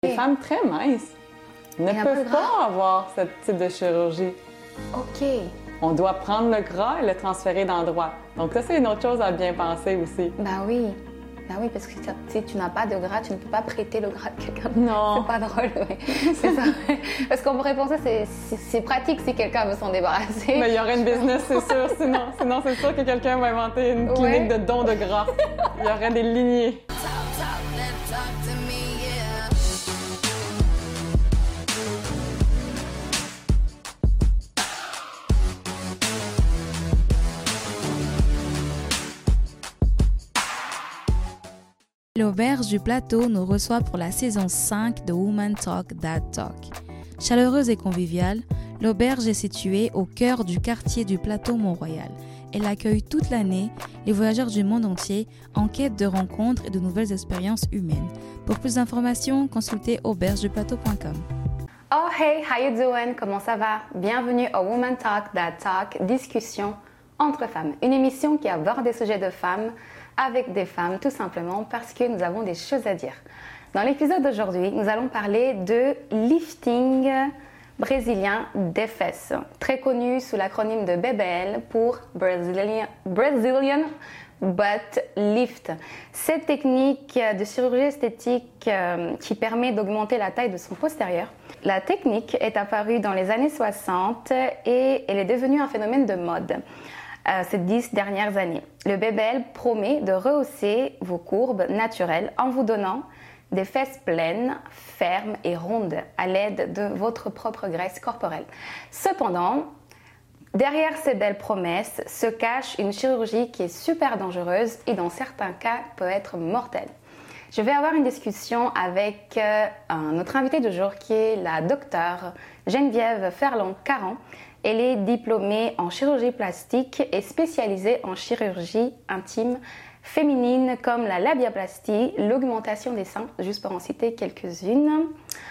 Les femmes très minces ne peuvent pas avoir ce type de chirurgie. OK. On doit prendre le gras et le transférer dans le droit. Donc ça, c'est une autre chose à bien penser aussi. Ben oui. Ben oui, parce que si tu n'as pas de gras, tu ne peux pas prêter le gras de quelqu'un. Non. C'est pas drôle, mais c'est ça. Parce qu'on pourrait penser que c'est pratique si quelqu'un veut s'en débarrasser. Mais il y aurait une business, c'est sûr. Sinon c'est sûr que quelqu'un va inventer une clinique de don de gras. Il y aurait des lignées. L'Auberge du Plateau nous reçoit pour la saison 5 de Woman Talk Dad Talk. Chaleureuse et conviviale, l'auberge est située au cœur du quartier du Plateau Mont-Royal. Elle accueille toute l'année les voyageurs du monde entier en quête de rencontres et de nouvelles expériences humaines. Pour plus d'informations, consultez aubergeduplateau.com. Oh hey, how you doing? Comment ça va? Bienvenue au Woman Talk Dad Talk, discussion entre femmes. Une émission qui aborde des sujets de femmes avec des femmes, tout simplement parce que nous avons des choses à dire. Dans l'épisode d'aujourd'hui, nous allons parler de lifting brésilien des fesses, très connu sous l'acronyme de BBL pour Brazilian Butt Lift. Cette technique de chirurgie esthétique qui permet d'augmenter la taille de son postérieur. La technique est apparue dans les années 60 et elle est devenue un phénomène de mode ces 10 dernières années. Le BBL promet de rehausser vos courbes naturelles en vous donnant des fesses pleines, fermes et rondes à l'aide de votre propre graisse corporelle. Cependant, derrière ces belles promesses se cache une chirurgie qui est super dangereuse et dans certains cas peut être mortelle. Je vais avoir une discussion avec notre invitée du jour qui est la docteure Geneviève Ferland-Caron. Elle est diplômée en chirurgie plastique et spécialisée en chirurgie intime féminine comme la labiaplastie, l'augmentation des seins, juste pour en citer quelques-unes.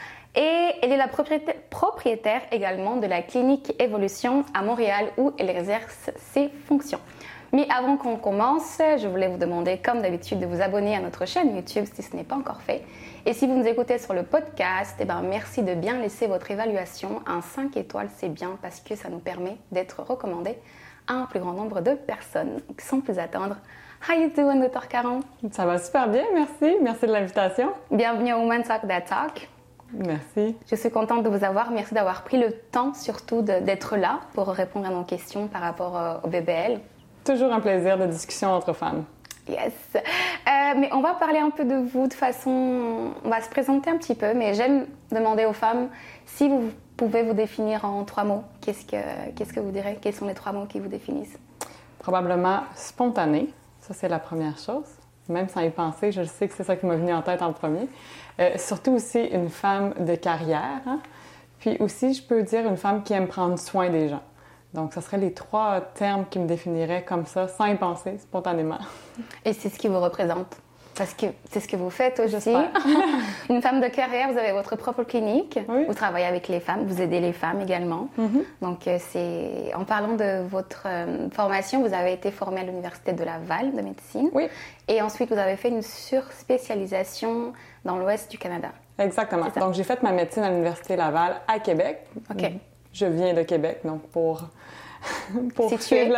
Et elle est la propriétaire également de la clinique Evolution à Montréal où elle exerce ses fonctions. Mais avant qu'on commence, je voulais vous demander, comme d'habitude, de vous abonner à notre chaîne YouTube si ce n'est pas encore fait. Et si vous nous écoutez sur le podcast, merci de bien laisser votre évaluation. Un 5 étoiles, c'est bien parce que ça nous permet d'être recommandés à un plus grand nombre de personnes. Sans plus attendre, how you doing, Dr. Caron? Ça va super bien, merci. Merci de l'invitation. Bienvenue au Woman Talk Dad Talk. Merci. Je suis contente de vous avoir. Merci d'avoir pris le temps surtout d'être là pour répondre à nos questions par rapport au BBL. Toujours un plaisir de discussion entre femmes. Yes. Mais on va parler un peu de vous de façon... On va se présenter un petit peu, mais j'aime demander aux femmes si vous pouvez vous définir en 3 mots. Qu'est-ce que vous direz? Quels sont les 3 mots qui vous définissent? Probablement spontané. Ça, c'est la première chose. Même sans y penser, je sais que c'est ça qui m'a venu en tête en premier. Surtout aussi une femme de carrière. Hein? Puis aussi, je peux dire une femme qui aime prendre soin des gens. Donc, ce seraient les 3 termes qui me définiraient comme ça, sans y penser, spontanément. Et c'est ce qui vous représente? Parce que c'est ce que vous faites aussi. J'espère. Une femme de carrière, vous avez votre propre clinique. Oui. Vous travaillez avec les femmes, vous aidez les femmes également. Mm-hmm. Donc, en parlant de votre formation, vous avez été formée à l'Université de Laval de médecine. Oui. Et ensuite, vous avez fait une surspécialisation dans l'ouest du Canada. Exactement. Donc, j'ai fait ma médecine à l'Université Laval à Québec. OK. Je viens de Québec, donc pour suivre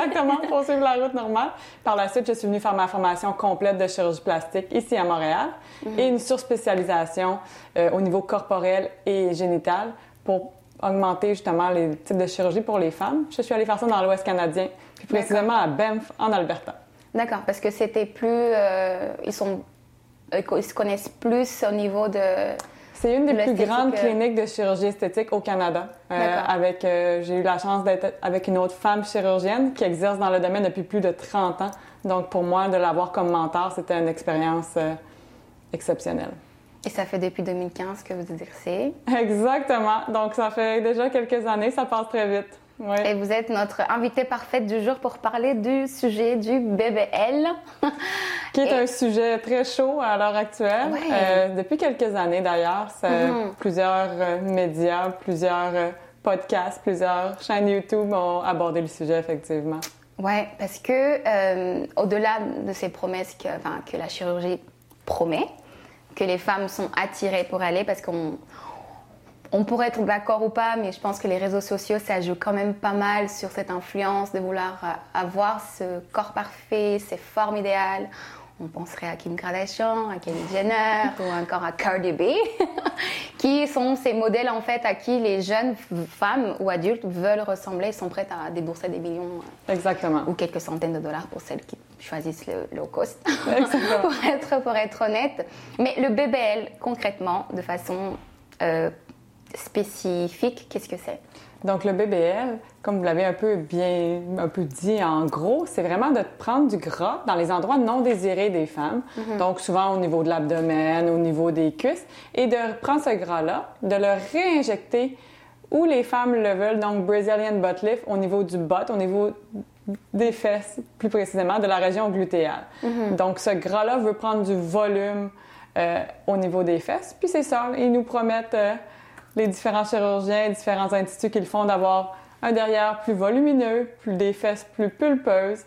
la route normale. Par la suite, je suis venue faire ma formation complète de chirurgie plastique ici à Montréal et une surspécialisation au niveau corporel et génital pour augmenter justement les types de chirurgie pour les femmes. Je suis allée faire ça dans l'Ouest canadien, puis précisément à Banff, en Alberta. D'accord, parce que c'était plus... ils se connaissent plus au niveau de... C'est une des plus grandes cliniques de chirurgie esthétique au Canada. J'ai eu la chance d'être avec une autre femme chirurgienne qui exerce dans le domaine depuis plus de 30 ans. Donc, pour moi, de l'avoir comme mentor, c'était une expérience exceptionnelle. Et ça fait depuis 2015 que vous exercez? Exactement. Donc, ça fait déjà quelques années. Ça passe très vite. Oui. Et vous êtes notre invitée parfaite du jour pour parler du sujet du BBL. Qui est un sujet très chaud à l'heure actuelle. Ouais. Depuis quelques années d'ailleurs, plusieurs médias, plusieurs podcasts, plusieurs chaînes YouTube ont abordé le sujet effectivement. Oui, parce que au-delà de ces promesses que la chirurgie promet, que les femmes sont attirées pour aller parce qu'on pourrait être d'accord ou pas, mais je pense que les réseaux sociaux, ça joue quand même pas mal sur cette influence de vouloir avoir ce corps parfait, ces formes idéales. On penserait à Kim Kardashian, à Kylie Jenner ou encore à Cardi B, qui sont ces modèles en fait à qui les jeunes femmes ou adultes veulent ressembler, sont prêtes à débourser des millions Exactement. ou quelques centaines de dollars pour celles qui choisissent le low cost, Exactement. pour être honnête. Mais le BBL, concrètement, de façon spécifique, qu'est-ce que c'est? Donc, le BBL, comme vous l'avez un peu dit en gros, c'est vraiment de prendre du gras dans les endroits non désirés des femmes. Donc, souvent au niveau de l'abdomen, au niveau des cuisses, et de prendre ce gras-là, de le réinjecter où les femmes le veulent, donc Brazilian butt lift, au niveau du butt, au niveau des fesses, plus précisément, de la région glutéale. Donc, ce gras-là veut prendre du volume au niveau des fesses. Puis c'est ça, ils nous promettent... les différents chirurgiens, différents instituts qu'ils font d'avoir un derrière plus volumineux, des fesses plus pulpeuses.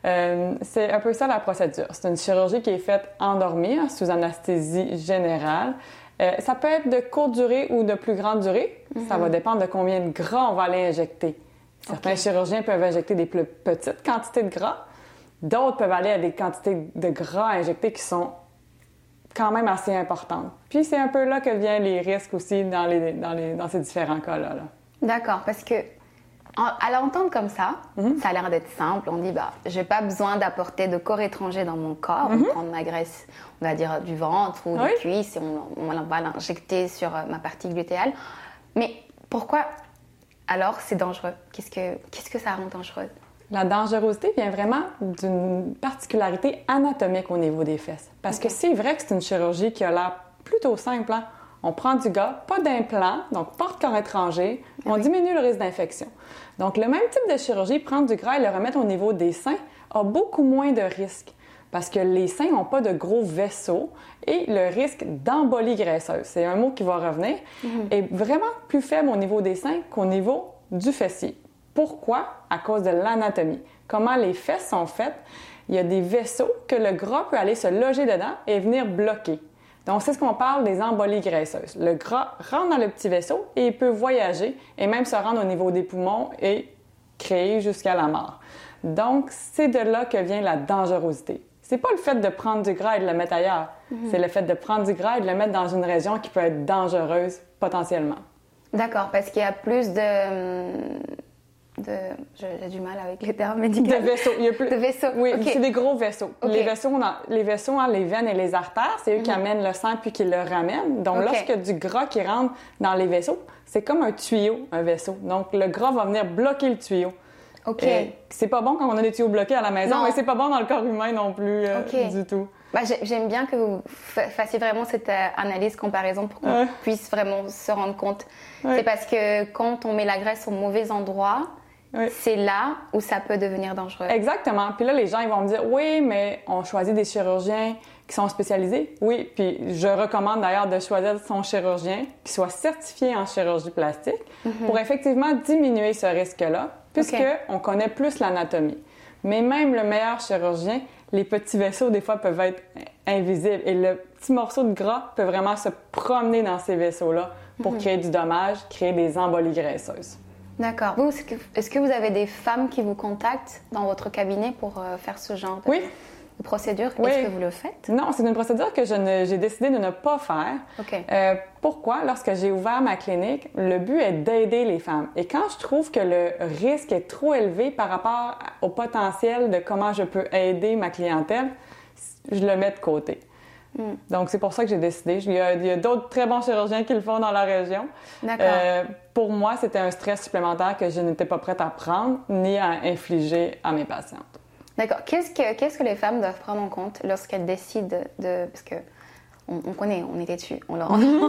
C'est un peu ça la procédure. C'est une chirurgie qui est faite endormie, sous anesthésie générale. Ça peut être de courte durée ou de plus grande durée. Ça va dépendre de combien de gras on va aller injecter. Certains chirurgiens peuvent injecter des plus petites quantités de gras. D'autres peuvent aller à des quantités de gras injectés qui sont quand même assez importante. Puis c'est un peu là que viennent les risques aussi dans ces différents cas-là. D'accord, parce que à l'entendre comme ça, ça a l'air d'être simple. On dit, j'ai pas besoin d'apporter de corps étranger dans mon corps. On prend ma graisse, on va dire, du ventre ou des cuisses et on va l'injecter sur ma partie glutéale. Mais pourquoi alors c'est dangereux? Qu'est-ce que ça rend dangereux? La dangerosité vient vraiment d'une particularité anatomique au niveau des fesses. Parce que c'est vrai que c'est une chirurgie qui a l'air plutôt simple. Hein? On prend du gras, pas d'implant, donc pas de corps étranger, on diminue le risque d'infection. Donc le même type de chirurgie, prendre du gras et le remettre au niveau des seins, a beaucoup moins de risques. Parce que les seins n'ont pas de gros vaisseaux et le risque d'embolie graisseuse, c'est un mot qui va revenir, est vraiment plus faible au niveau des seins qu'au niveau du fessier. Pourquoi? À cause de l'anatomie. Comment les fesses sont faites, il y a des vaisseaux que le gras peut aller se loger dedans et venir bloquer. Donc, c'est ce qu'on parle des embolies graisseuses. Le gras rentre dans le petit vaisseau et il peut voyager et même se rendre au niveau des poumons et créer jusqu'à la mort. Donc, c'est de là que vient la dangerosité. C'est pas le fait de prendre du gras et de le mettre ailleurs. C'est le fait de prendre du gras et de le mettre dans une région qui peut être dangereuse potentiellement. D'accord, parce qu'il y a plus j'ai du mal avec les termes médicaux. De vaisseaux. Il y a plus... De vaisseaux. Oui, okay. C'est des gros vaisseaux. Okay. Les vaisseaux, les veines et les artères, c'est eux qui amènent le sang puis qui le ramènent. Donc, lorsqu'il y a du gras qui rentre dans les vaisseaux, c'est comme un tuyau, un vaisseau. Donc, le gras va venir bloquer le tuyau. OK. C'est pas bon quand on a des tuyaux bloqués à la maison, mais c'est pas bon dans le corps humain non plus du tout. J'aime bien que vous fassiez vraiment cette analyse, comparaison pour qu'on puisse vraiment se rendre compte. C'est parce que quand on met la graisse au mauvais endroit, c'est là où ça peut devenir dangereux. Exactement. Puis là, les gens ils vont me dire, oui, mais on choisit des chirurgiens qui sont spécialisés. Oui, puis je recommande d'ailleurs de choisir son chirurgien qui soit certifié en chirurgie plastique pour effectivement diminuer ce risque-là, puisqu'on connaît plus l'anatomie. Mais même le meilleur chirurgien, les petits vaisseaux, des fois, peuvent être invisibles. Et le petit morceau de gras peut vraiment se promener dans ces vaisseaux-là pour créer du dommage, créer des embolies graisseuses. D'accord. Vous, est-ce que vous avez des femmes qui vous contactent dans votre cabinet pour faire ce genre de procédure? Oui. Est-ce que vous le faites? Non, c'est une procédure que j'ai décidé de ne pas faire. Okay. Pourquoi? Lorsque j'ai ouvert ma clinique, le but est d'aider les femmes. Et quand je trouve que le risque est trop élevé par rapport au potentiel de comment je peux aider ma clientèle, je le mets de côté. Donc, c'est pour ça que j'ai décidé. Il y a d'autres très bons chirurgiens qui le font dans la région. D'accord. Pour moi, c'était un stress supplémentaire que je n'étais pas prête à prendre ni à infliger à mes patientes. D'accord. Qu'est-ce que les femmes doivent prendre en compte lorsqu'elles décident de... Parce que on connaît, on était dessus. On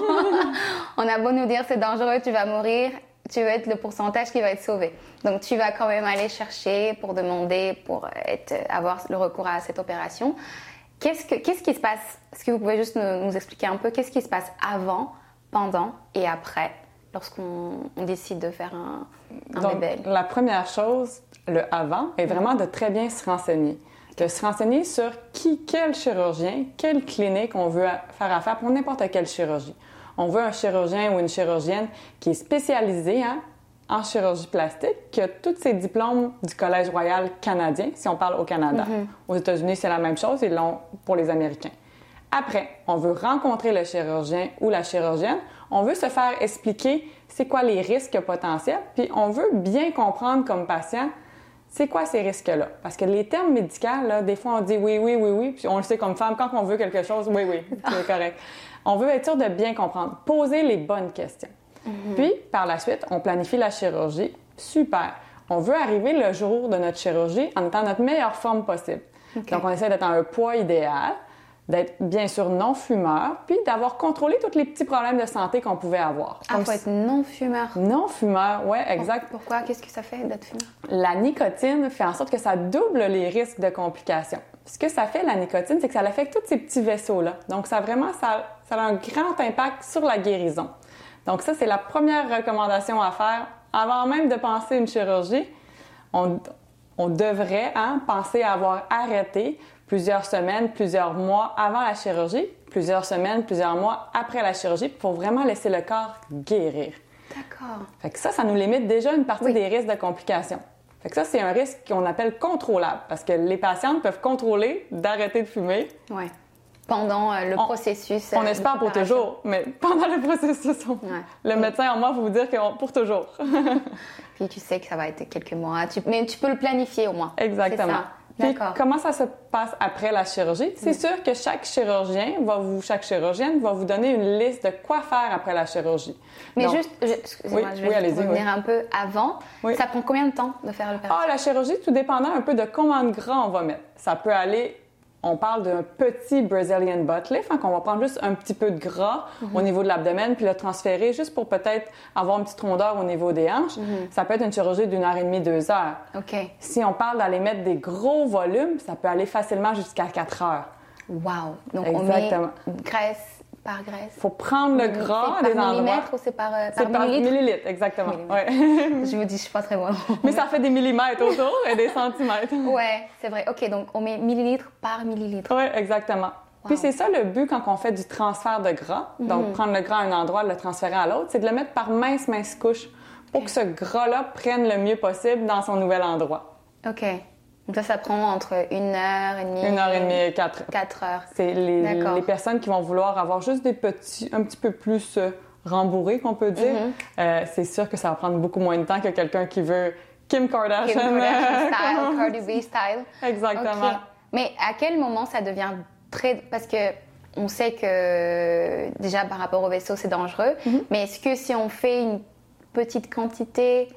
a beau nous dire c'est dangereux, tu vas mourir, tu veux être le pourcentage qui va être sauvé. Donc, tu vas quand même aller chercher pour demander, pour avoir le recours à cette opération. Qu'est-ce qui se passe? Est-ce que vous pouvez juste nous expliquer un peu qu'est-ce qui se passe avant, pendant et après lorsqu'on décide de faire un Donc, BBL? La première chose, le avant, est vraiment de très bien se renseigner. De se renseigner sur quel chirurgien, quelle clinique on veut faire affaire pour n'importe quelle chirurgie. On veut un chirurgien ou une chirurgienne qui est spécialisé en chirurgie plastique, qui a tous ses diplômes du Collège royal canadien, si on parle au Canada. Aux États-Unis, c'est la même chose, ils l'ont pour les Américains. Après, on veut rencontrer le chirurgien ou la chirurgienne, on veut se faire expliquer c'est quoi les risques potentiels, puis on veut bien comprendre comme patient c'est quoi ces risques-là. Parce que les termes médicaux, là, des fois on dit oui, puis on le sait comme femme, quand on veut quelque chose, oui, c'est correct. On veut être sûr de bien comprendre, poser les bonnes questions. Puis, par la suite, on planifie la chirurgie. Super! On veut arriver le jour de notre chirurgie en étant notre meilleure forme possible. Donc, on essaie d'être à un poids idéal, d'être bien sûr non-fumeur, puis d'avoir contrôlé tous les petits problèmes de santé qu'on pouvait avoir. Ah, il faut être non-fumeur. Non-fumeur, oui, exact. Pourquoi? Qu'est-ce que ça fait d'être fumeur? La nicotine fait en sorte que ça double les risques de complications. Ce que ça fait, la nicotine, c'est que ça affecte tous ces petits vaisseaux-là. Donc, ça a un grand impact sur la guérison. Donc, ça, c'est la première recommandation à faire. Avant même de penser une chirurgie, on devrait penser à avoir arrêté plusieurs semaines, plusieurs mois avant la chirurgie, plusieurs semaines, plusieurs mois après la chirurgie pour vraiment laisser le corps guérir. D'accord. Fait que ça nous limite déjà une partie des risques de complications. Fait que ça, c'est un risque qu'on appelle contrôlable parce que les patientes peuvent contrôler d'arrêter de fumer. Oui. Pendant le processus. On espère pour toujours, mais pendant le processus, le médecin en moi va vous dire que pour toujours. Puis tu sais que ça va être quelques mois, mais tu peux le planifier au moins. Exactement. Puis, comment ça se passe après la chirurgie? C'est sûr que chaque chirurgienne va vous donner une liste de quoi faire après la chirurgie. Mais donc, excusez-moi, je vais revenir un peu avant. Oui. Ça prend combien de temps de faire l'opération? La chirurgie, tout dépendant un peu de combien de gras on va mettre. Ça peut aller... On parle d'un petit Brazilian butt lift, qu'on va prendre juste un petit peu de gras au niveau de l'abdomen puis le transférer juste pour peut-être avoir une petite rondeur au niveau des hanches. Ça peut être une chirurgie d'1 heure et demie, 2 heures. OK. Si on parle d'aller mettre des gros volumes, ça peut aller facilement jusqu'à 4 heures. Wow! Donc, exactement. On met graisse par graisse. Il faut prendre le gras des endroits. C'est par millimètre ou c'est par millilitre? Millilitre, exactement. Ouais. Je me dis, je suis pas très bonne. Mais ça fait des millimètres autour et des centimètres. Ouais, c'est vrai. OK, donc on met millilitre par millilitre. Oui, exactement. Wow. Puis c'est ça le but quand on fait du transfert de gras. Donc, prendre le gras à un endroit, le transférer à l'autre, c'est de le mettre par mince couche pour que ce gras-là prenne le mieux possible dans son nouvel endroit. OK. Donc ça prend entre 1 heure et demie... 1 heure et demie et 4 heures. C'est les personnes qui vont vouloir avoir juste des petits, un petit peu plus rembourrés, qu'on peut dire. C'est sûr que ça va prendre beaucoup moins de temps que quelqu'un qui veut Kim Kardashian style, Cardi B style. Exactement. Okay. Mais à quel moment ça devient très... Parce que on sait que déjà par rapport au vaisseau, c'est dangereux. Mais est-ce que si on fait une petite quantité,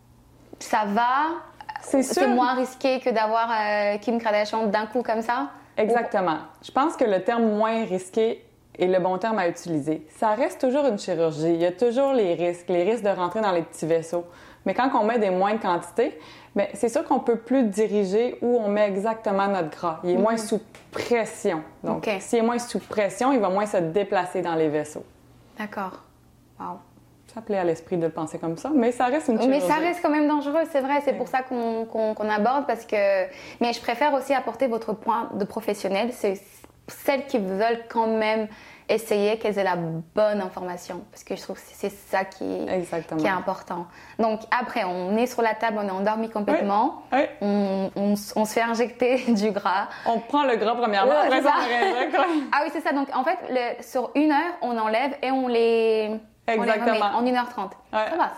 ça va... C'est moins risqué que d'avoir Kim Kardashian d'un coup comme ça? Exactement. Je pense que le terme moins risqué est le bon terme à utiliser. Ça reste toujours une chirurgie. Il y a toujours les risques de rentrer dans les petits vaisseaux. Mais quand on met des moindres quantités, c'est sûr qu'on peut plus diriger où on met exactement notre gras. Il est moins sous pression. Donc, s'il est moins sous pression, il va moins se déplacer dans les vaisseaux. D'accord. Wow. Ça plaît à l'esprit de le penser comme ça, mais ça reste une chirurgie. Mais ça reste quand même dangereux, c'est vrai. C'est pour ça qu'on aborde, parce que... Mais je préfère aussi apporter votre point de professionnel. C'est celles qui veulent quand même essayer qu'elles aient la bonne information, parce que je trouve que c'est ça qui est important. Donc après, on est sur la table, on est endormi complètement, on se fait injecter du gras. On prend le gras premièrement, après ça on réinjecte. Ah oui, c'est ça. Donc en fait, sur 1 heure, on enlève et on les... Exactement. On les remet en 1h30. Ça va,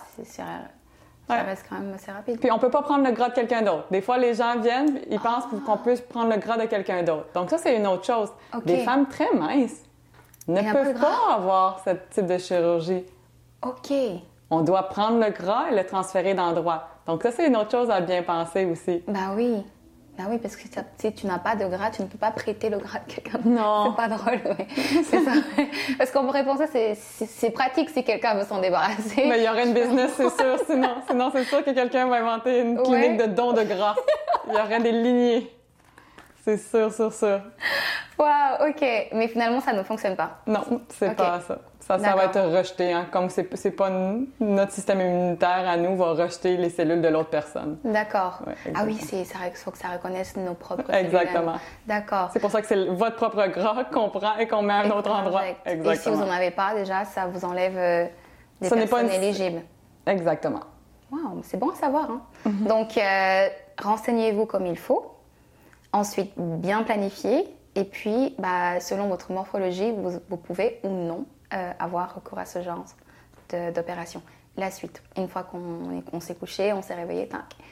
ça reste quand même assez rapide. Puis on peut pas prendre le gras de quelqu'un d'autre. Des fois, les gens viennent, ils pensent qu'on peut prendre le gras de quelqu'un d'autre. Donc ça, c'est une autre chose. Des femmes très minces ne peuvent pas avoir ce type de chirurgie. OK. On doit prendre le gras et le transférer d'endroit. Donc ça, c'est une autre chose à bien penser aussi. Ben oui. Ben oui, parce que si tu n'as pas de gras, tu ne peux pas prêter le gras de quelqu'un. Non. C'est pas drôle, mais c'est ça. Parce qu'on pourrait penser que c'est pratique si quelqu'un veut s'en débarrasser. Mais il y aurait une business, c'est sûr. Sinon c'est sûr que quelqu'un va inventer une clinique de don de gras. Il y aurait des lignées. C'est sûr. Wow, OK. Mais finalement, ça ne fonctionne pas. Non, c'est pas ça. Ça va être rejeté, hein, comme c'est pas notre système immunitaire à nous va rejeter les cellules de l'autre personne. D'accord. Ouais, ah oui, c'est ça, il faut que ça reconnaisse nos propres cellules. Exactement. D'accord. C'est pour ça que c'est votre propre gras qu'on prend et qu'on met à un autre endroit. Exactement. Et si vous n'en avez pas déjà, ça vous enlève des personnes éligibles. Exactement. Wow, c'est bon à savoir. Hein? Donc, renseignez-vous comme il faut. Ensuite, bien planifier. Et puis, selon votre morphologie, vous pouvez ou non avoir recours à ce genre d'opération. La suite, une fois qu'on s'est couché, on s'est réveillé,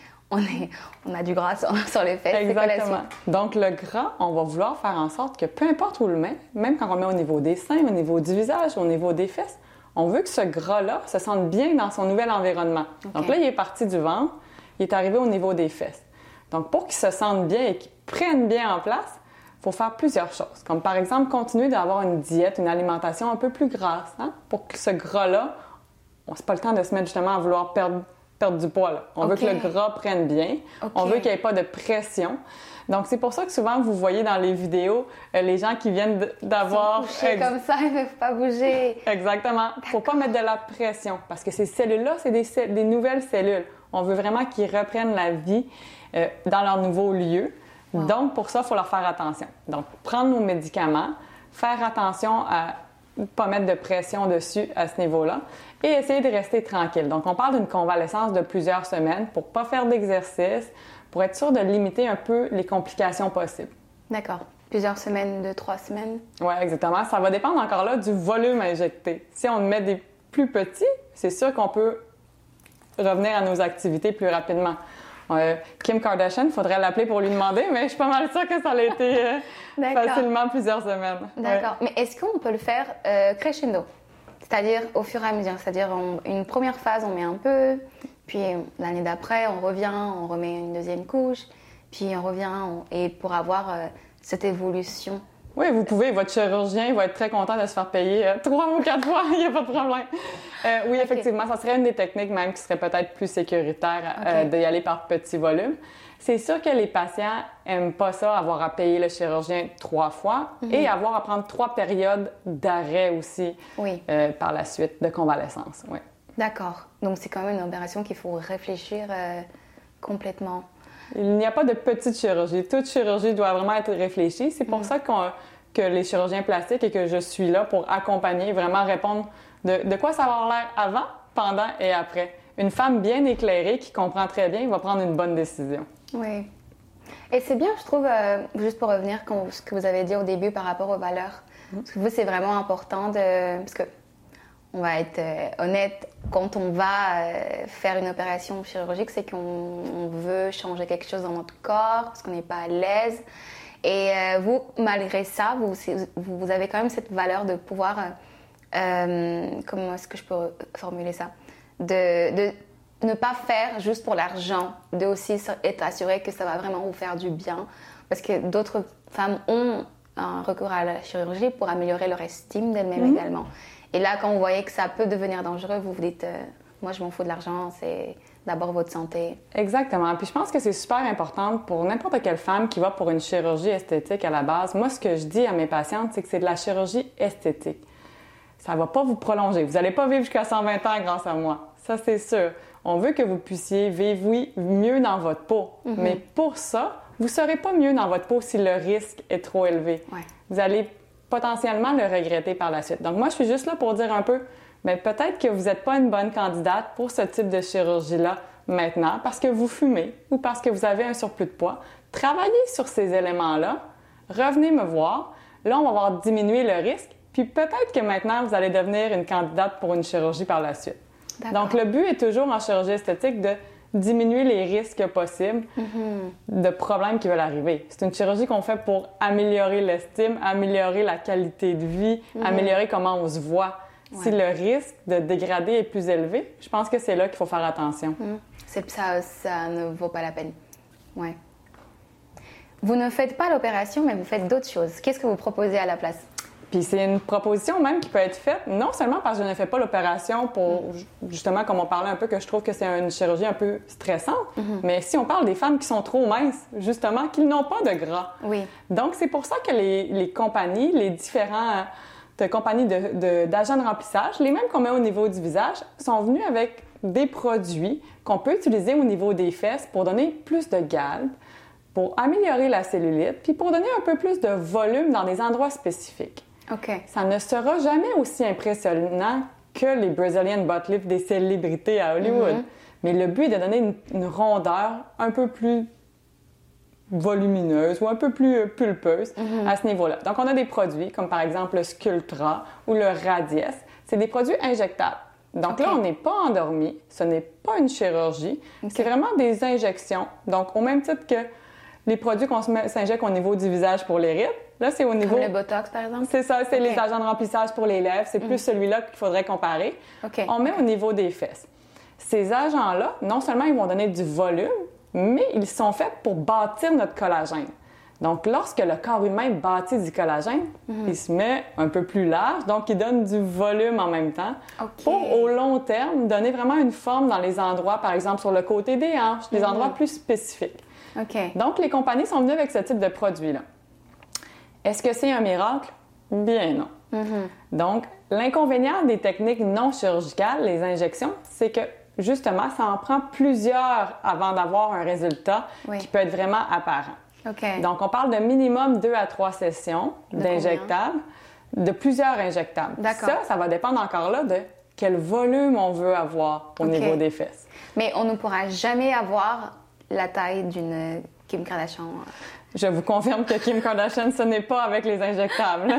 on a du gras sur les fesses. Exactement. Donc, le gras, on va vouloir faire en sorte que peu importe où on le met, même quand on le met au niveau des seins, au niveau du visage, au niveau des fesses, on veut que ce gras-là se sente bien dans son nouvel environnement. Okay. Donc là, il est parti du ventre, il est arrivé au niveau des fesses. Donc, pour qu'il se sente bien et qu'il prenne bien en place, il faut faire plusieurs choses. Comme par exemple, continuer d'avoir une diète, une alimentation un peu plus grasse, hein, pour que ce gras-là, c'est pas le temps de se mettre justement à vouloir perdre du poids. Là. On veut que le gras prenne bien. On veut qu'il n'y ait pas de pression. Donc, c'est pour ça que souvent, vous voyez dans les vidéos, les gens qui viennent d'avoir... Ils sont couchés comme ça, ils ne peuvent pas bouger. Exactement. Il ne faut pas mettre de la pression parce que ces cellules-là, c'est des nouvelles cellules. On veut vraiment qu'ils reprennent la vie dans leur nouveau lieu. Wow. Donc, pour ça, il faut leur faire attention. Donc, prendre nos médicaments, faire attention à ne pas mettre de pression dessus à ce niveau-là et essayer de rester tranquille. Donc, on parle d'une convalescence de plusieurs semaines pour ne pas faire d'exercice, pour être sûr de limiter un peu les complications possibles. D'accord. Plusieurs semaines, 2-3 semaines? Oui, exactement. Ça va dépendre encore là du volume injecté. Si on met des plus petits, c'est sûr qu'on peut revenir à nos activités plus rapidement. Kim Kardashian, il faudrait l'appeler pour lui demander, mais je suis pas mal sûre que ça a été facilement plusieurs semaines. D'accord. Ouais. Mais est-ce qu'on peut le faire crescendo? C'est-à-dire au fur et à mesure. C'est-à-dire une première phase, on met un peu, puis l'année d'après, on revient, on remet une deuxième couche, puis on revient, et pour avoir cette évolution. Oui, vous pouvez. Votre chirurgien va être très content de se faire payer 3 ou 4 fois, il n'y a pas de problème. Oui, effectivement, ça serait une des techniques même qui serait peut-être plus sécuritaire d'y aller par petits volumes. C'est sûr que les patients n'aiment pas ça, avoir à payer le chirurgien 3 fois et avoir à prendre 3 périodes d'arrêt aussi par la suite de convalescence. Oui. D'accord. Donc, c'est quand même une opération qu'il faut réfléchir complètement. Il n'y a pas de petite chirurgie. Toute chirurgie doit vraiment être réfléchie. C'est pour ça que les chirurgiens plastiques et que je suis là pour accompagner, vraiment répondre de quoi ça va avoir l'air avant, pendant et après. Une femme bien éclairée qui comprend très bien va prendre une bonne décision. Oui. Et c'est bien, je trouve, juste pour revenir à ce que vous avez dit au début par rapport aux valeurs. Parce que vous, c'est vraiment important parce que on va être honnête, quand on va faire une opération chirurgique, c'est qu'on veut changer quelque chose dans notre corps, parce qu'on n'est pas à l'aise. Et vous, malgré ça, vous avez quand même cette valeur de pouvoir, comment est-ce que je peux formuler ça, de ne pas faire juste pour l'argent, de aussi être assuré que ça va vraiment vous faire du bien. Parce que d'autres femmes ont un recours à la chirurgie pour améliorer leur estime d'elles-mêmes également. Et là, quand vous voyez que ça peut devenir dangereux, vous vous dites moi, je m'en fous de l'argent, c'est d'abord votre santé. Exactement. Puis je pense que c'est super important pour n'importe quelle femme qui va pour une chirurgie esthétique à la base. Moi, ce que je dis à mes patientes, c'est que c'est de la chirurgie esthétique. Ça ne va pas vous prolonger. Vous n'allez pas vivre jusqu'à 120 ans grâce à moi. Ça, c'est sûr. On veut que vous puissiez vivre, oui, mieux dans votre peau. Mais pour ça, vous ne serez pas mieux dans votre peau si le risque est trop élevé. Ouais. Vous allez potentiellement le regretter par la suite. Donc moi, je suis juste là pour dire un peu, mais peut-être que vous n'êtes pas une bonne candidate pour ce type de chirurgie-là maintenant parce que vous fumez ou parce que vous avez un surplus de poids. Travaillez sur ces éléments-là, revenez me voir. Là, on va voir diminuer le risque, puis peut-être que maintenant, vous allez devenir une candidate pour une chirurgie par la suite. D'accord. Donc, le but est toujours en chirurgie esthétique de diminuer les risques possibles de problèmes qui veulent arriver. C'est une chirurgie qu'on fait pour améliorer l'estime, améliorer la qualité de vie, améliorer comment on se voit. Ouais. Si le risque de dégrader est plus élevé, je pense que c'est là qu'il faut faire attention. Ça ne vaut pas la peine. Ouais. Vous ne faites pas l'opération, mais vous faites d'autres choses. Qu'est-ce que vous proposez à la place? Puis c'est une proposition même qui peut être faite, non seulement parce que je ne fais pas l'opération pour, justement, comme on parlait un peu, que je trouve que c'est une chirurgie un peu stressante, mais si on parle des femmes qui sont trop minces, justement, qui n'ont pas de gras. Oui. Donc, c'est pour ça que les compagnies, les différents de compagnies d'agents de remplissage, les mêmes qu'on met au niveau du visage, sont venus avec des produits qu'on peut utiliser au niveau des fesses pour donner plus de galbe, pour améliorer la cellulite, puis pour donner un peu plus de volume dans des endroits spécifiques. OK. Ça ne sera jamais aussi impressionnant que les Brazilian butt lifts des célébrités à Hollywood. Mais le but est de donner une rondeur un peu plus volumineuse ou un peu plus pulpeuse à ce niveau-là. Donc, on a des produits comme par exemple le Sculptra ou le Radies. C'est des produits injectables. Donc là, on n'est pas endormi, ce n'est pas une chirurgie, c'est vraiment des injections. Donc, au même titre que les produits qu'on s'injecte au niveau du visage pour les rides, là, c'est au niveau... Comme le Botox, par exemple? C'est ça, c'est les agents de remplissage pour les lèvres. C'est plus celui-là qu'il faudrait comparer. On met au niveau des fesses. Ces agents-là, non seulement ils vont donner du volume, mais ils sont faits pour bâtir notre collagène. Donc, lorsque le corps humain bâtit du collagène, il se met un peu plus large, donc il donne du volume en même temps pour, au long terme, donner vraiment une forme dans les endroits, par exemple, sur le côté des hanches, des endroits plus spécifiques. Donc, les compagnies sont venues avec ce type de produit-là. Est-ce que c'est un miracle? Bien non. Donc, l'inconvénient des techniques non chirurgicales, les injections, c'est que, justement, ça en prend plusieurs avant d'avoir un résultat qui peut être vraiment apparent. Donc, on parle de minimum 2 à 3 sessions d'injectables, de plusieurs injectables. Ça va dépendre encore là de quel volume on veut avoir au niveau des fesses. Mais on ne pourra jamais avoir la taille d'une Kim Kardashian. Je vous confirme que Kim Kardashian, ce n'est pas avec les injectables.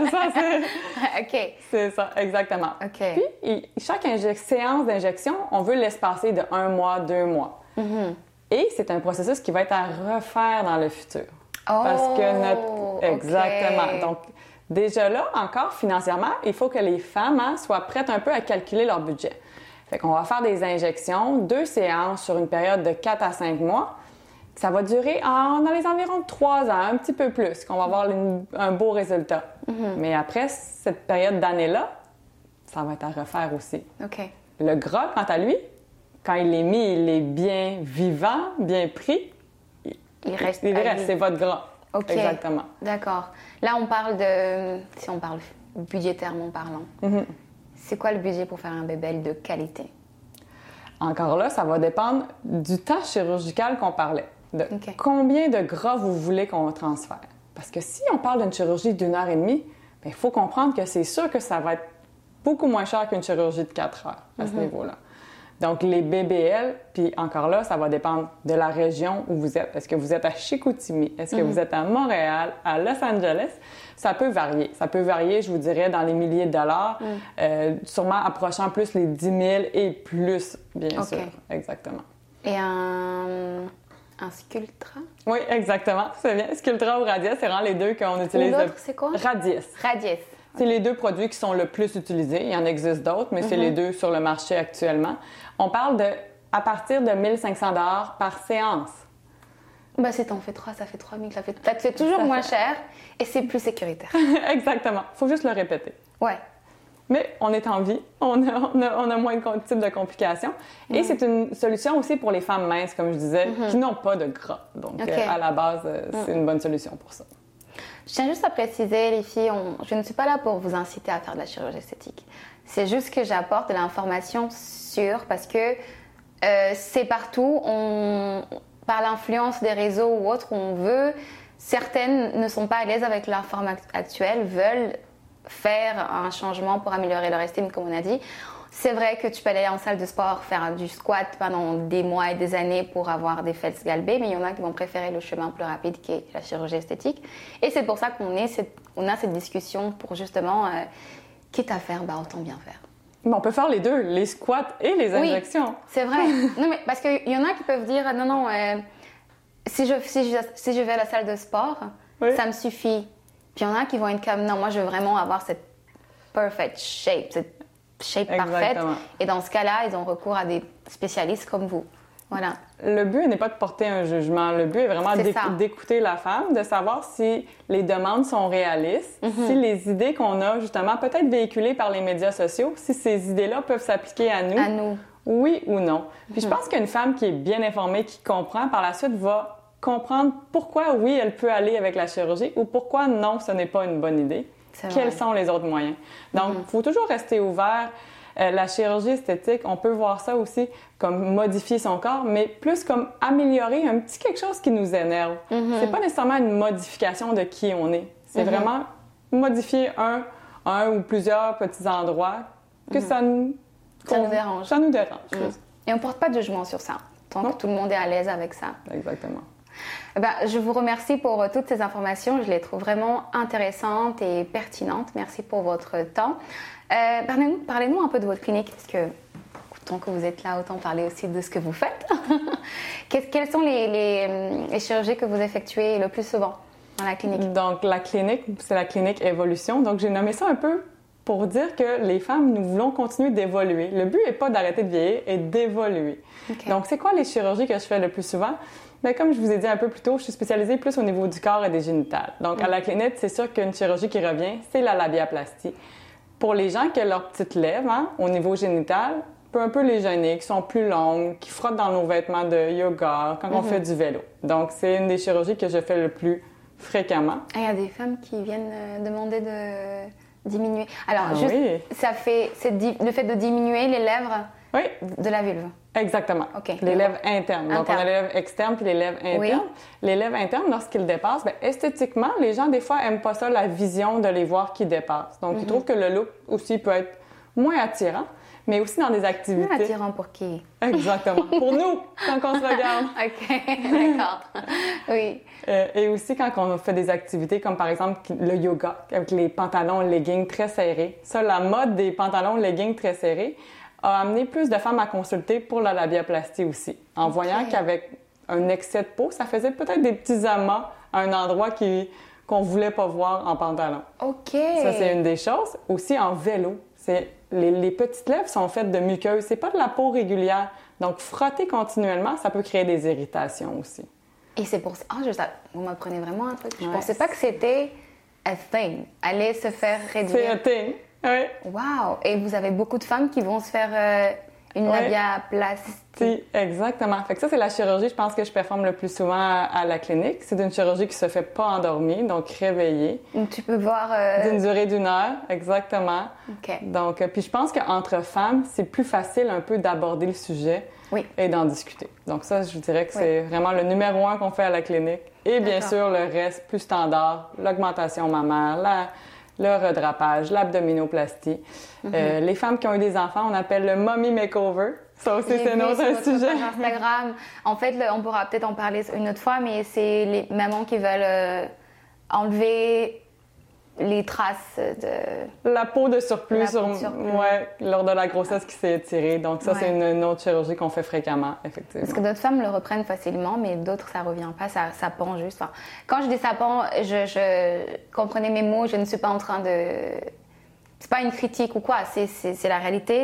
C'est ça, exactement. Puis, chaque séance d'injection, on veut l'espacer de 1 mois, 2 mois. Et c'est un processus qui va être à refaire dans le futur. Parce que Exactement. Donc, déjà là, encore financièrement, il faut que les femmes soient prêtes un peu à calculer leur budget. Fait qu'on va faire des injections, 2 séances sur une période de 4 à 5 mois. Ça va durer dans les environs de 3 ans, un petit peu plus, qu'on va avoir un beau résultat. Mais après cette période d'année-là, ça va être à refaire aussi. Le gras, quant à lui, quand il est mis, il est bien vivant, bien pris. Il reste, c'est votre gras. Exactement. D'accord. Là, on parle si on parle budgétairement parlant, c'est quoi le budget pour faire un BBL de qualité? Encore là, ça va dépendre du temps chirurgical qu'on parlait. De combien de gras vous voulez qu'on transfère. Parce que si on parle d'une chirurgie d'1 heure et demie, il faut comprendre que c'est sûr que ça va être beaucoup moins cher qu'une chirurgie de 4 heures à ce niveau-là. Donc, les BBL, puis encore là, ça va dépendre de la région où vous êtes. Est-ce que vous êtes à Chicoutimi? Est-ce que vous êtes à Montréal, à Los Angeles? Ça peut varier. Ça peut varier, je vous dirais, dans les milliers de dollars, sûrement approchant plus les 10 000 et plus, bien sûr. Exactement. Et un Sculptra? Oui, exactement. C'est bien. Sculptra ou Radies, c'est vraiment les deux qu'on utilise. L'autre, c'est quoi? Radies. C'est les 2 produits qui sont le plus utilisés. Il y en existe d'autres, mais c'est les 2 sur le marché actuellement. On parle à partir de 1 500 $ par séance. Si t'en fais 3, ça fait 3 000. Ça fait toujours moins cher et c'est plus sécuritaire. Exactement. Il faut juste le répéter. Mais on est en vie, on a moins de types de complications. Et c'est une solution aussi pour les femmes minces, comme je disais, qui n'ont pas de gras. Donc, à la base, c'est une bonne solution pour ça. Je tiens juste à préciser, les filles, je ne suis pas là pour vous inciter à faire de la chirurgie esthétique. C'est juste que j'apporte de l'information sûre parce que c'est partout. Par l'influence des réseaux ou autres, certaines ne sont pas à l'aise avec leur forme actuelle, veulent faire un changement pour améliorer leur estime, comme on a dit. C'est vrai que tu peux aller en salle de sport, faire du squat pendant des mois et des années pour avoir des fesses galbées, mais il y en a qui vont préférer le chemin plus rapide qui est la chirurgie esthétique. Et c'est pour ça qu'on a cette discussion pour justement, quitte à faire, autant bien faire. Mais on peut faire les 2, les squats et les injections. Oui, c'est vrai. Non, mais parce qu'il y en a qui peuvent dire, non, si je vais à la salle de sport, ça me suffit. Puis il y en a qui vont être comme, non, moi je veux vraiment avoir cette perfect shape, cette shape parfaite. Et dans ce cas-là, ils ont recours à des spécialistes comme vous. Voilà. Le but n'est pas de porter un jugement. Le but est vraiment d'écouter la femme, de savoir si les demandes sont réalistes, si les idées qu'on a, justement, peut-être véhiculées par les médias sociaux, si ces idées-là peuvent s'appliquer à nous. À nous. Oui ou non. Puis je pense qu'une femme qui est bien informée, qui comprend, par la suite va comprendre pourquoi, oui, elle peut aller avec la chirurgie ou pourquoi, non, ce n'est pas une bonne idée. Quels sont les autres moyens? Donc, il faut toujours rester ouvert. La chirurgie esthétique, on peut voir ça aussi comme modifier son corps, mais plus comme améliorer un petit quelque chose qui nous énerve. C'est pas nécessairement une modification de qui on est. C'est vraiment modifier un ou plusieurs petits endroits que ça nous dérange. Ça nous dérange. Et on porte pas de jugement sur ça, tant que tout le monde est à l'aise avec ça. Exactement. Je vous remercie pour toutes ces informations. Je les trouve vraiment intéressantes et pertinentes. Merci pour votre temps. Parlez-nous un peu de votre clinique, parce que tant que vous êtes là, autant parler aussi de ce que vous faites. Quelles sont les chirurgies que vous effectuez le plus souvent dans la clinique? Donc, la clinique, c'est la clinique Évolution. Donc, j'ai nommé ça un peu pour dire que les femmes, nous voulons continuer d'évoluer. Le but n'est pas d'arrêter de vieillir et d'évoluer. Donc, c'est quoi les chirurgies que je fais le plus souvent? Bien, comme je vous ai dit un peu plus tôt, je suis spécialisée plus au niveau du corps et des génitales. Donc, à la clinique, c'est sûr qu'une chirurgie qui revient, c'est la labiaplastie. Pour les gens qui ont leurs petites lèvres, au niveau génital, peut un peu les gêner, qui sont plus longues, qui frottent dans nos vêtements de yoga, quand on fait du vélo. Donc, c'est une des chirurgies que je fais le plus fréquemment. Il y a des femmes qui viennent demander de diminuer. Alors, ça fait le fait de diminuer les lèvres de la vulve. Exactement. Les lèvres internes. Donc, on a les lèvres externes puis les lèvres internes. Les lèvres internes, lorsqu'ils dépassent, esthétiquement, les gens, des fois, n'aiment pas ça, la vision de les voir qui dépassent. Donc, ils trouvent que le look aussi peut être moins attirant, mais aussi dans des activités. Moins attirant pour qui? Exactement. Pour nous, quand on se regarde. OK, d'accord. Oui. Et aussi quand on fait des activités comme, par exemple, le yoga, avec les pantalons leggings très serrés. Ça, la mode des pantalons leggings très serrés a amené plus de femmes à consulter pour la labiaplastie aussi, en voyant qu'avec un excès de peau, ça faisait peut-être des petits amas à un endroit qu'on voulait pas voir en pantalon. OK. Ça, c'est une des choses. Aussi, en vélo, les petites lèvres sont faites de muqueuses. C'est pas de la peau régulière. Donc, frotter continuellement, ça peut créer des irritations aussi. Et c'est pour ça... vous m'apprenez vraiment un truc. Je pensais pas que c'était a thing. Aller se faire réduire. C'est un thing. Oui. Wow! Et vous avez beaucoup de femmes qui vont se faire une labiaplastie. Exactement. Fait que ça, c'est la chirurgie, je pense, que je performe le plus souvent à la clinique. C'est une chirurgie qui se fait pas endormie, donc réveillée. Tu peux voir... D'une durée d'1 heure, exactement. OK. Donc, puis je pense qu'entre femmes, c'est plus facile un peu d'aborder le sujet et d'en discuter. Donc ça, je dirais que c'est vraiment le numéro 1 qu'on fait à la clinique. Et bien sûr, le reste plus standard, l'augmentation mammaire, le redrapage, l'abdominoplastie. Les femmes qui ont eu des enfants, on appelle le mommy makeover. Ça aussi, c'est un autre sujet. Instagram. En fait, on pourra peut-être en parler une autre fois, mais c'est les mamans qui veulent enlever les traces de... La peau de surplus, lors de la grossesse qui s'est étirée. Donc ça, c'est une autre chirurgie qu'on fait fréquemment, effectivement. Parce que d'autres femmes le reprennent facilement, mais d'autres, ça revient pas, ça pend juste. Enfin, quand je dis ça pend, je comprenez mes mots, je ne suis pas en train de... C'est pas une critique ou quoi, c'est la réalité,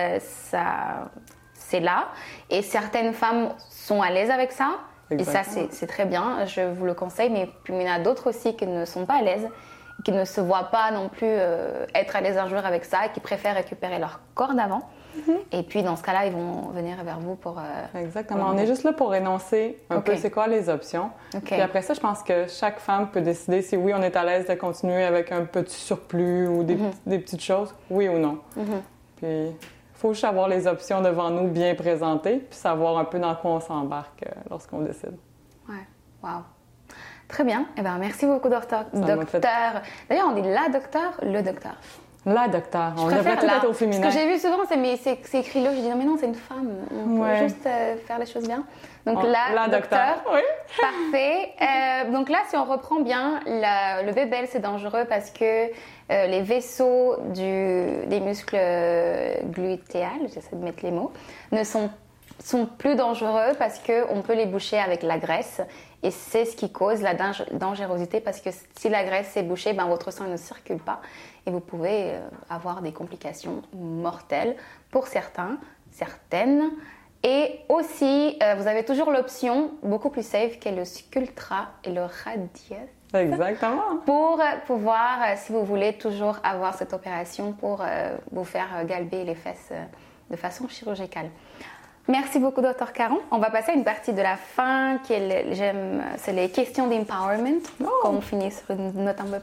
c'est là. Et certaines femmes sont à l'aise avec ça. Exactement. Et ça, c'est très bien, je vous le conseille, mais puis il y en a d'autres aussi qui ne sont pas à l'aise, qui ne se voient pas non plus être à l'aise un jour avec ça, et qui préfèrent récupérer leur corps d'avant. Et puis, dans ce cas-là, ils vont venir vers vous pour... Exactement. On est juste là pour énoncer un peu c'est quoi les options. Puis après ça, je pense que chaque femme peut décider si oui, on est à l'aise de continuer avec un petit surplus ou des petites choses, oui ou non. Puis, il faut juste avoir les options devant nous bien présentées, puis savoir un peu dans quoi on s'embarque lorsqu'on décide. Ouais, wow. Très bien. Eh bien, merci beaucoup, docteur. D'ailleurs, on dit la docteur, le docteur. La docteur. On devrait tout être au féminin. Ce que j'ai vu souvent, c'est écrit là. Je dis non, mais non, c'est une femme. On peut juste faire les choses bien. Donc la docteur. Oui. Parfait. Donc là, si on reprend bien, le BBL, c'est dangereux parce que les vaisseaux des muscles glutéales, j'essaie de mettre les mots, sont plus dangereux parce qu'on peut les boucher avec la graisse. Et c'est ce qui cause la dangerosité parce que si la graisse est bouchée, votre sang ne circule pas et vous pouvez avoir des complications mortelles pour certaines. Et aussi, vous avez toujours l'option beaucoup plus safe qu'est le Sculptra et le Radius. Exactement. Pour pouvoir, si vous voulez toujours avoir cette opération pour vous faire galber les fesses de façon chirurgicale. Merci beaucoup, Dr. Caron. On va passer à une partie de la fin c'est les questions d'empowerment. On finit sur une note un peu plus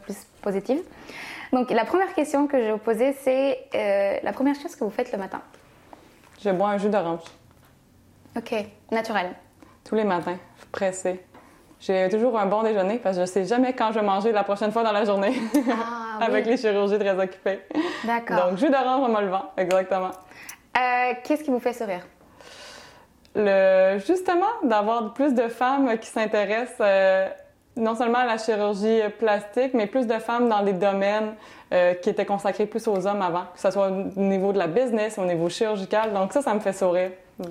positive. Donc, la première question que je vais vous poser, c'est la première chose que vous faites le matin. Je bois un jus d'orange. Ok, naturel. Tous les matins, pressé. J'ai toujours un bon déjeuner parce que je sais jamais quand je vais manger la prochaine fois dans la journée. Ah, Avec les chirurgies très occupées. D'accord. Donc, jus d'orange en me levant, exactement. Qu'est-ce qui vous fait sourire? Justement, d'avoir plus de femmes qui s'intéressent non seulement à la chirurgie plastique, mais plus de femmes dans des domaines qui étaient consacrés plus aux hommes avant, que ce soit au niveau de la business, au niveau chirurgical. Donc ça me fait sourire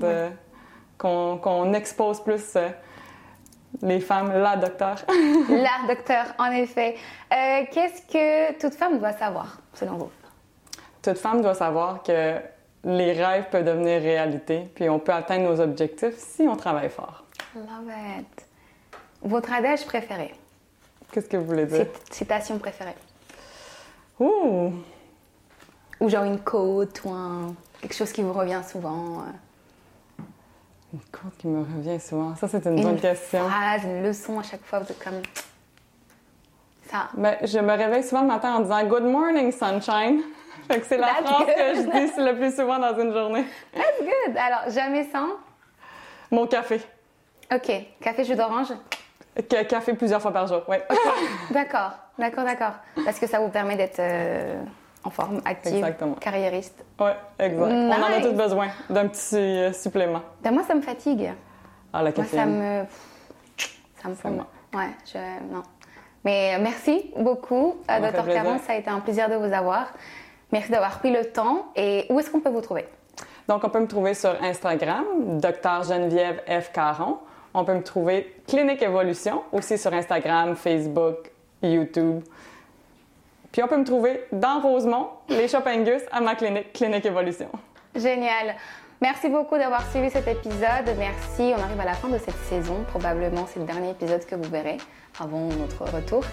qu'on expose plus les femmes, la docteure. La docteure, en effet. Qu'est-ce que toute femme doit savoir, selon vous? Toute femme doit savoir que les rêves peuvent devenir réalité, puis on peut atteindre nos objectifs si on travaille fort. Love it. Votre adage préféré? Qu'est-ce que vous voulez dire? Citation préférée? Ouh! Ou genre une quote ou quelque chose qui vous revient souvent? Une quote qui me revient souvent. Ça, c'est une bonne question. Une phrase, une leçon à chaque fois, vous êtes comme... Ça. Ben, je me réveille souvent le matin en disant « Good morning, sunshine ». Fait que c'est la phrase que je dis le plus souvent dans une journée. That's good. Alors, jamais sans? Mon café. OK. Café, jus d'orange? Café plusieurs fois par jour, oui. D'accord. Parce que ça vous permet d'être en forme, active, exactement. Carriériste. Oui, exact. Nice. On en a tous besoin d'un petit supplément. Ben moi, ça me fatigue. Ah, la caféine. Ça me fout. Ouais, non. Mais merci beaucoup, Dr. Caron. Ça a été un plaisir de vous avoir. Merci d'avoir pris le temps. Et où est-ce qu'on peut vous trouver? Donc, on peut me trouver sur Instagram, Dr. Geneviève F. Caron. On peut me trouver Clinique Évolution, aussi sur Instagram, Facebook, YouTube. Puis on peut me trouver dans Rosemont, les Shop Angus, à ma clinique, Clinique Évolution. Génial. Merci beaucoup d'avoir suivi cet épisode. Merci. On arrive à la fin de cette saison. Probablement, c'est le dernier épisode que vous verrez avant notre retour.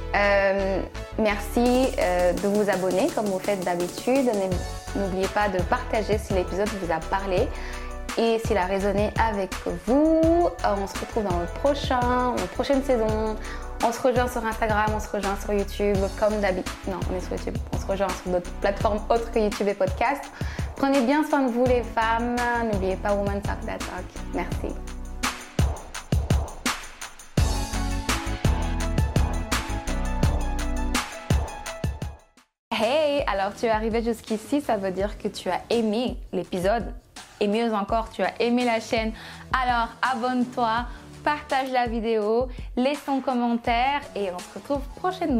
Merci de vous abonner comme vous faites d'habitude. N'oubliez pas de partager si l'épisode vous a parlé et s'il a résonné avec vous. On se retrouve dans la prochaine saison. On se rejoint sur Instagram, on se rejoint sur YouTube, comme d'habitude. Non, on est sur YouTube. On se rejoint sur d'autres plateformes autres que YouTube et podcast. Prenez bien soin de vous, les femmes. N'oubliez pas Woman Talk That Talk. Merci. Hey, alors tu es arrivé jusqu'ici, ça veut dire que tu as aimé l'épisode. Et mieux encore, tu as aimé la chaîne. Alors abonne-toi, partage la vidéo, laisse ton commentaire et on se retrouve prochainement.